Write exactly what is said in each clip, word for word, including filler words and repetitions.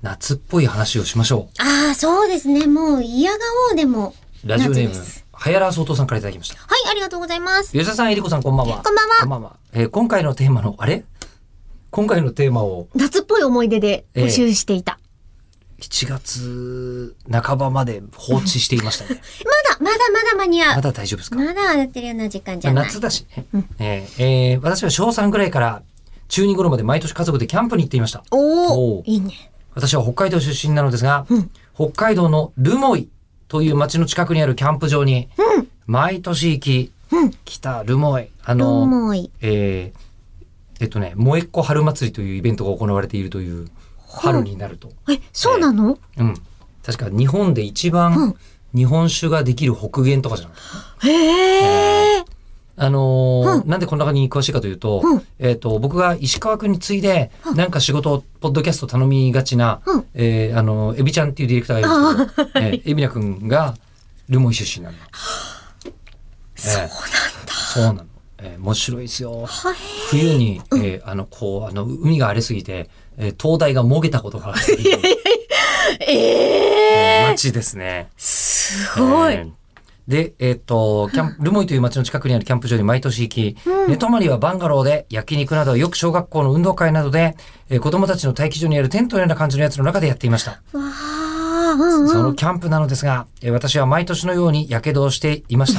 夏っぽい話をしましょう。ああ、そうですね。もう嫌顔でもラジオネームはやらそうとうさんからいただきました。 はい、ありがとうございます。 吉田さん、えりこさん、こんばんは。 こんばんは。 こんばんは。えー、今回のテーマのあれ今回のテーマを夏っぽい思い出で募集していた。 えー、しちがつなかばまで放置していましたね。 まだまだまだ間に合う。 まだ大丈夫ですか？ まだやってるような時間じゃない。 夏だしね。うん、えーえー、私はしょうさんぐらいから中に頃まで毎年家族でキャンプに行っていました。 おお、いいね。 私は北海道出身なのですが、うん、北海道の留萌という町の近くにあるキャンプ場に、うん、毎年行き、うん、来た留萌、あの、留萌えー、えっとね、萌えっ子春祭りというイベントが行われているという、春になると。 え、そうなの？ えー、うん。確か日本で一番日本酒ができる北限とかじゃなかった。 へー。 えーあのーうん、なんでこんな感じに詳しいかというと、うん、えっと、僕が石川くんに次いで、うん、なんか仕事、ポッドキャスト頼みがちな、うん、えー、あの、エビちゃんっていうディレクターがいるんですけど、えー、エビナくんが留萌出身なの。 そうなんだ。 そうなの。えー、面白いですよ。冬に、えー、あの、こう、あの、海が荒れすぎて、えー、灯台がもげたことがある。 えー、 えー、街ですね。 すごい。えーで、えっと、キャンプ、留萌という町の近くにあるキャンプ場に毎年行き、うん、寝泊まりはバンガローで、焼肉などはよく小学校の運動会などで、えー、子供たちの待機所にあるテントのような感じのやつの中でやっていました。 わー、うんうん、 そのキャンプなのですが、えー、私は毎年のように火傷をしていました。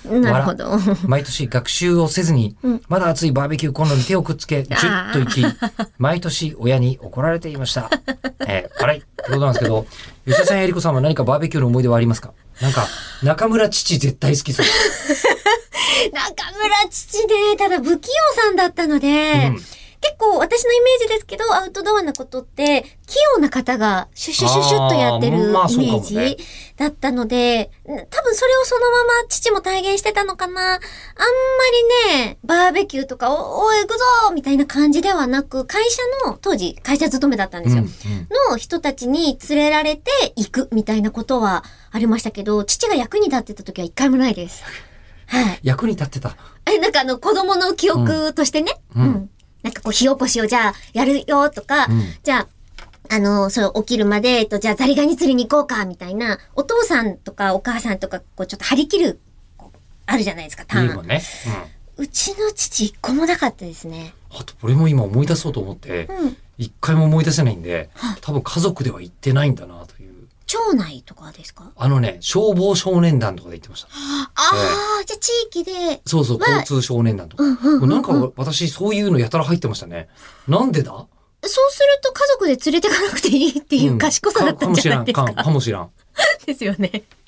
なるほど。 毎年学習をせずに、うん、まだ熱いバーベキューコンロに手をくっつけ、ジュッと行き、毎年親に怒られていました。えー、あれってことなんですけど、吉田さんやえりこさんは何かバーベキューの思い出はありますか？なんか、中村父絶対好きそう。 中村父ね、ただ不器用さんだったので、うん、結構私のイメージですけど、アウトドアなことって、器用な方がシュシュシュシュッとやってるイメージだったので、まあね、多分それをそのまま父も体現してたのかな。あんまりね、バーベキューとか、お、おい行くぞみたいな感じではなく、会社の、当時会社勤めだったんですよ。うんうん、の人たちに連れられて行くみたいなことはありましたけど、父が役に立ってた時は一回もないです。はい。 役に立ってた。 え、なんかあの子供の記憶としてね。うん。うん、なんかこう火起こしをじゃあやるよとか、うん、じゃあ、あの、それ起きるまで、えっと、じゃあザリガニ釣りに行こうか、みたいな、お父さんとかお母さんとか、こうちょっと張り切る、あるじゃないですか、ターン。 いいもんね。 うん。うちの父一個もなかったですね。 あと、俺も今思い出そうと思って、うん、一回も思い出せないんで、多分家族では行ってないんだなという。 町内とかですか？ あのね、消防少年団とかで行ってました。 ああ、えー、じゃあ地域で。 そうそう、交通少年団とか。うんうんうんうん、なんか私そういうのやたら入ってましたね。なんでだ？ そうすると家族で連れてかなくていいっていう賢さだったんじゃないですか。 うん、か, か, かもしらん。か, かもしらん。 ですよね。